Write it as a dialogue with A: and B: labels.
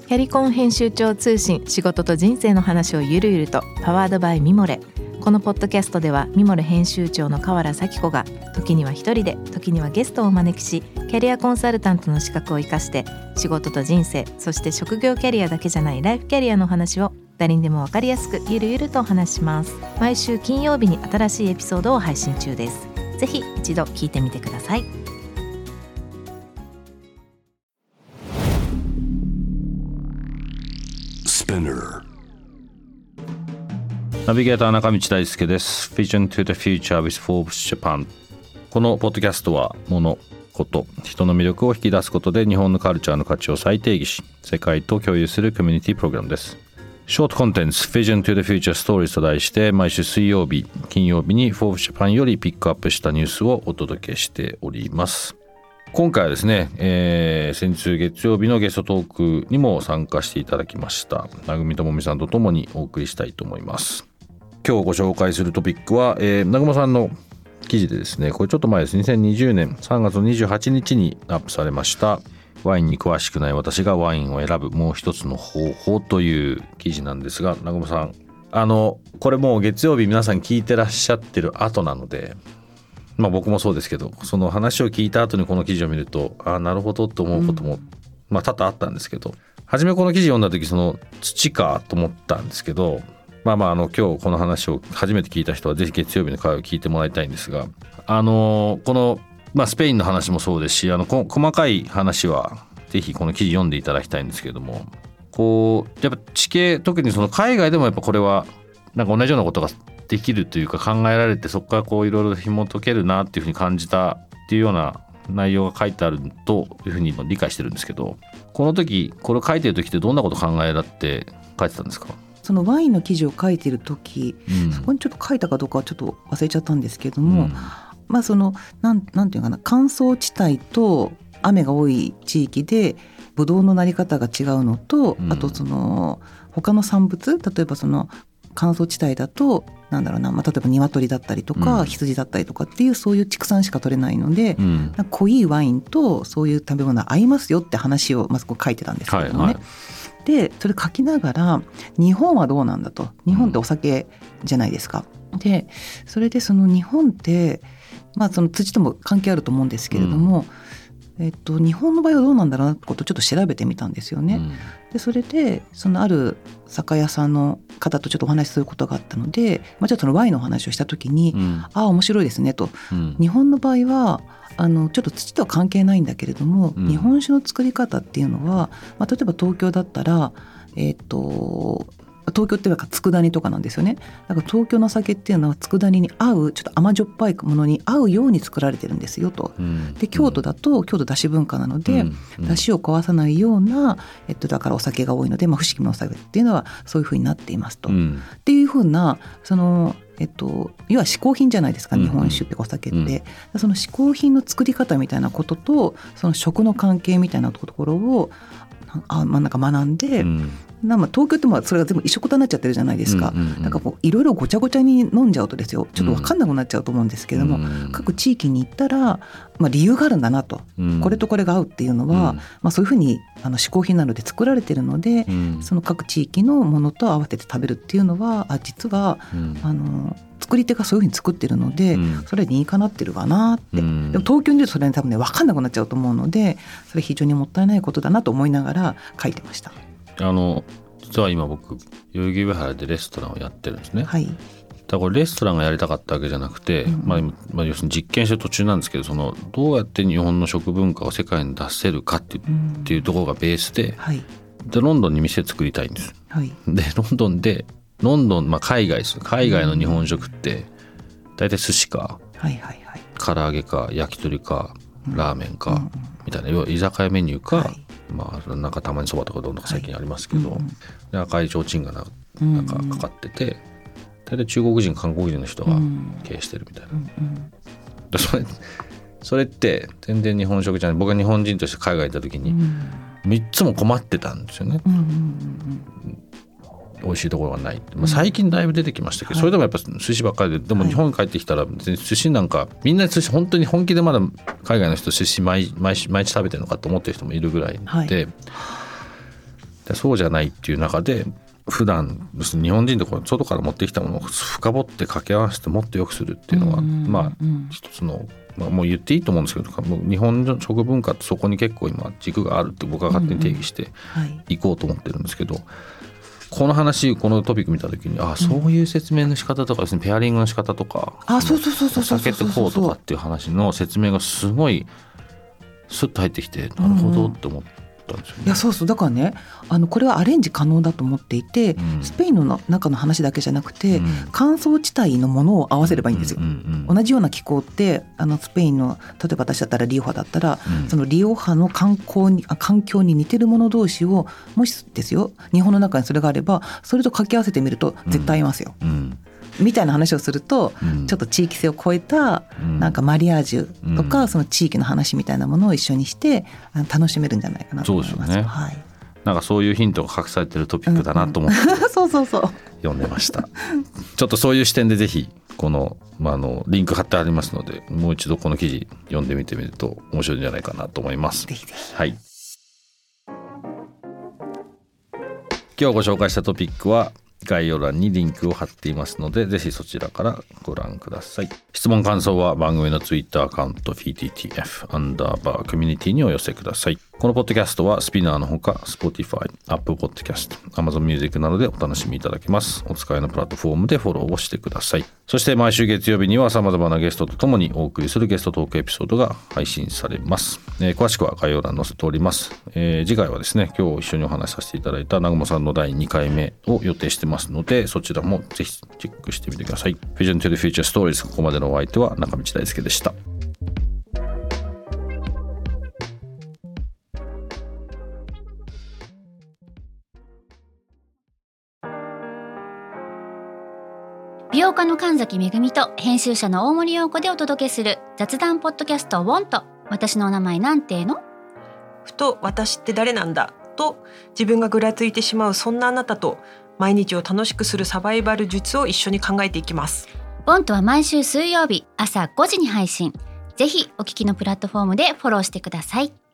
A: キャリコン編集長通信、仕事と人生の話をゆるゆると、パワードバイミモレ。このポッドキャストではミモレ編集長の河原咲子が時には一人で、時にはゲストをお招きし、キャリアコンサルタントの資格を生かして仕事と人生、そして職業キャリアだけじゃないライフキャリアの話を誰にでも分かりやすくゆるゆるとお話します。毎週金曜日に新しいエピソードを配信中です。ぜひ一度聞いてみてください。
B: ナビゲーター中道大輔です。 Vision to the Future with Forbes Japan。 このポッドキャストは物、こと、人の魅力を引き出すことで日本のカルチャーの価値を再定義し、世界と共有するコミュニティプログラムです。ショートコンテンツ Vision to the Future Stories と題して、毎週水曜日、金曜日に Forbes Japan よりピックアップしたニュースをお届けしております。今回はですね、先日月曜日のゲストトークにも参加していただきましたなぐみともみさんとともにお送りしたいと思います。今日ご紹介するトピックは、なぐまさんの記事でですね、これちょっと前です。2020年3月28日にアップされました、ワインに詳しくない私がワインを選ぶもう一つの方法という記事なんですが、なぐまさん、これもう月曜日皆さん聞いてらっしゃってる後なので、僕もそうですけど、その話を聞いた後にこの記事を見ると、なるほどと思うことも、多々あったんですけど、初めこの記事読んだ時、その土かと思ったんですけど、今日この話を初めて聞いた人はぜひ月曜日の会を聞いてもらいたいんですが、この、スペインの話もそうですし、細かい話はぜひこの記事読んでいただきたいんですけれども、やっぱ地形、特にその海外でもやっぱこれはなんか同じようなことができるというか考えられて、そこからいろいろ紐解けるなっていうふうに感じたっていうような内容が書いてあるというふうに理解してるんですけど、この時これを書いてる時ってどんなこと考えられて書いてたんですか？
C: そのワインの記事を書いてる時、そこにちょっと書いたかどうかはちょっと忘れちゃったんですけども、そのなんていうかな、乾燥地帯と雨が多い地域でブドウのなり方が違うのと、あとその他の産物、例えばその乾燥地帯だと例えば鶏だったりとか、羊だったりとかっていう、そういう畜産しか取れないので、濃いワインとそういう食べ物は合いますよって話をまず書いてたんですけどもね、でそれ書きながら、日本はどうなんだと、日本ってお酒じゃないですか。でそれでその日本って、その土とも関係あると思うんですけれども、日本の場合はどうなんだろうなってことをちょっと調べてみたんですよね。でそれでそのある酒屋さんの方とちょっとお話しすることがあったので、ちょっとそのワインの話をした時に、面白いですねと、日本の場合はちょっと土とは関係ないんだけれども、日本酒の作り方っていうのは、例えば東京だったら東京ってなんか佃煮とかなんですよね。だから東京の酒っていうのは佃煮に合う、ちょっと甘じょっぱいものに合うように作られてるんですよと。で京都だと京都だし文化なので、だしを壊さないような、だからお酒が多いので、不思議なお酒っていうのはそういうふうになっていますと、っていうふうな、その要は嗜好品じゃないですか、日本酒ってお酒って、その嗜好品の作り方みたいなことと、その食の関係みたいなところを学んで、東京ってそれが全部一緒くたになっちゃってるじゃないですか。いろいろごちゃごちゃに飲んじゃうとですよ、ちょっと分かんなくなっちゃうと思うんですけども、各地域に行ったら、理由があるんだなと、これとこれが合うっていうのは、そういうふうに嗜好品なので作られてるので、その各地域のものと合わせて食べるっていうのは、実は作り手がそういうふうに作ってるので、それ理にかなってるわなって。でも東京にいるとそれ多分ね、分かんなくなっちゃうと思うので、それ非常にもったいないことだなと思いながら書いてました。
B: 実は今僕代々木上原でレストランをやってるんですね。
C: はい。
B: だからこれレストランがやりたかったわけじゃなくて、要するに実験してる途中なんですけど、どうやって日本の食文化を世界に出せるかっていうところがベースで、でロンドンに店作りたいんです。でロンドン、海外です。海外の日本食って大体寿司か、唐揚げか焼き鳥かラーメンか、みたいな、要は居酒屋メニューか、なんかたまにそばとかどんどん最近ありますけど、で赤い提灯がなんかかかってて、大体中国人韓国人の人が経営してるみたいな、それって全然日本食じゃない。僕が日本人として海外行った時に3つも困ってたんですよね。美味しいところがない、最近だいぶ出てきましたけど、それでもやっぱ寿司ばっかりで、でも日本に帰ってきたら別に寿司なんか、みんな寿司本当に本気でまだ海外の人寿司毎日食べてるのかと思ってる人もいるぐらいで、 でそうじゃないっていう中で普段日本人でこう外から持ってきたものを深掘って掛け合わせてもっと良くするっていうのは、まあ一つの、もう言っていいと思うんですけど、もう日本の食文化ってそこに結構今軸があるって僕は勝手に定義していこうと思ってるんですけど、この話このトピック見た時にそういう説明の仕方とかですね、ペアリングの仕方とか、お酒ってこうとかっていう話の説明がすごいスッと入ってきて、なるほどって思って。
C: いやそうだからね、これはアレンジ可能だと思っていて、スペインの中の話だけじゃなくて、乾燥地帯のものを合わせればいいんですよ。同じような気候ってスペインの、例えば私だったらリオハだったら、そのリオハの環境に似てるもの同士を、もしですよ日本の中にそれがあればそれと掛け合わせてみると絶対合いますよ、みたいな話をすると、ちょっと地域性を超えたなんかマリアージュとか、その地域の話みたいなものを一緒にして楽しめるんじゃないかなと思います。
B: そうですよね、はい、なんかそういうヒントが隠されてるトピックだなと思って
C: そう
B: 読んでましたちょっとそういう視点でぜひこの、リンク貼ってありますので、もう一度この記事読んでみてみると面白いんじゃないかなと思います。
C: ぜひぜひ。
B: はい、今日ご紹介したトピックは概要欄にリンクを貼っていますので、ぜひそちらからご覧ください。質問感想は番組のツイッターアカウント PTTF_community にお寄せください。このポッドキャストはスピナーのほか Spotify、Apple Podcast、Amazon Music などでお楽しみいただけます。お使いのプラットフォームでフォローをしてください。そして毎週月曜日には様々なゲストとともにお送りするゲストトークエピソードが配信されます。詳しくは概要欄に載せております。次回はですね、今日一緒にお話しさせていただいた南雲さんの第2回目を予定してますので、そちらもぜひチェックしてみてください。Vision to the Future Stories、 ここまでのお相手は中道大輔でした。
D: 美容家の神崎めぐみと編集者の大森洋子でお届けする雑談ポッドキャストウォンと、私のお名前なんての？
E: ふと私って誰なんだと自分がぐらついてしまうそんなあなたと、毎日を楽しくするサバイバル術を一緒に考えていきます。
D: ウォンとは毎週水曜日朝5時に配信。ぜひお聞きのプラットフォームでフォローしてください。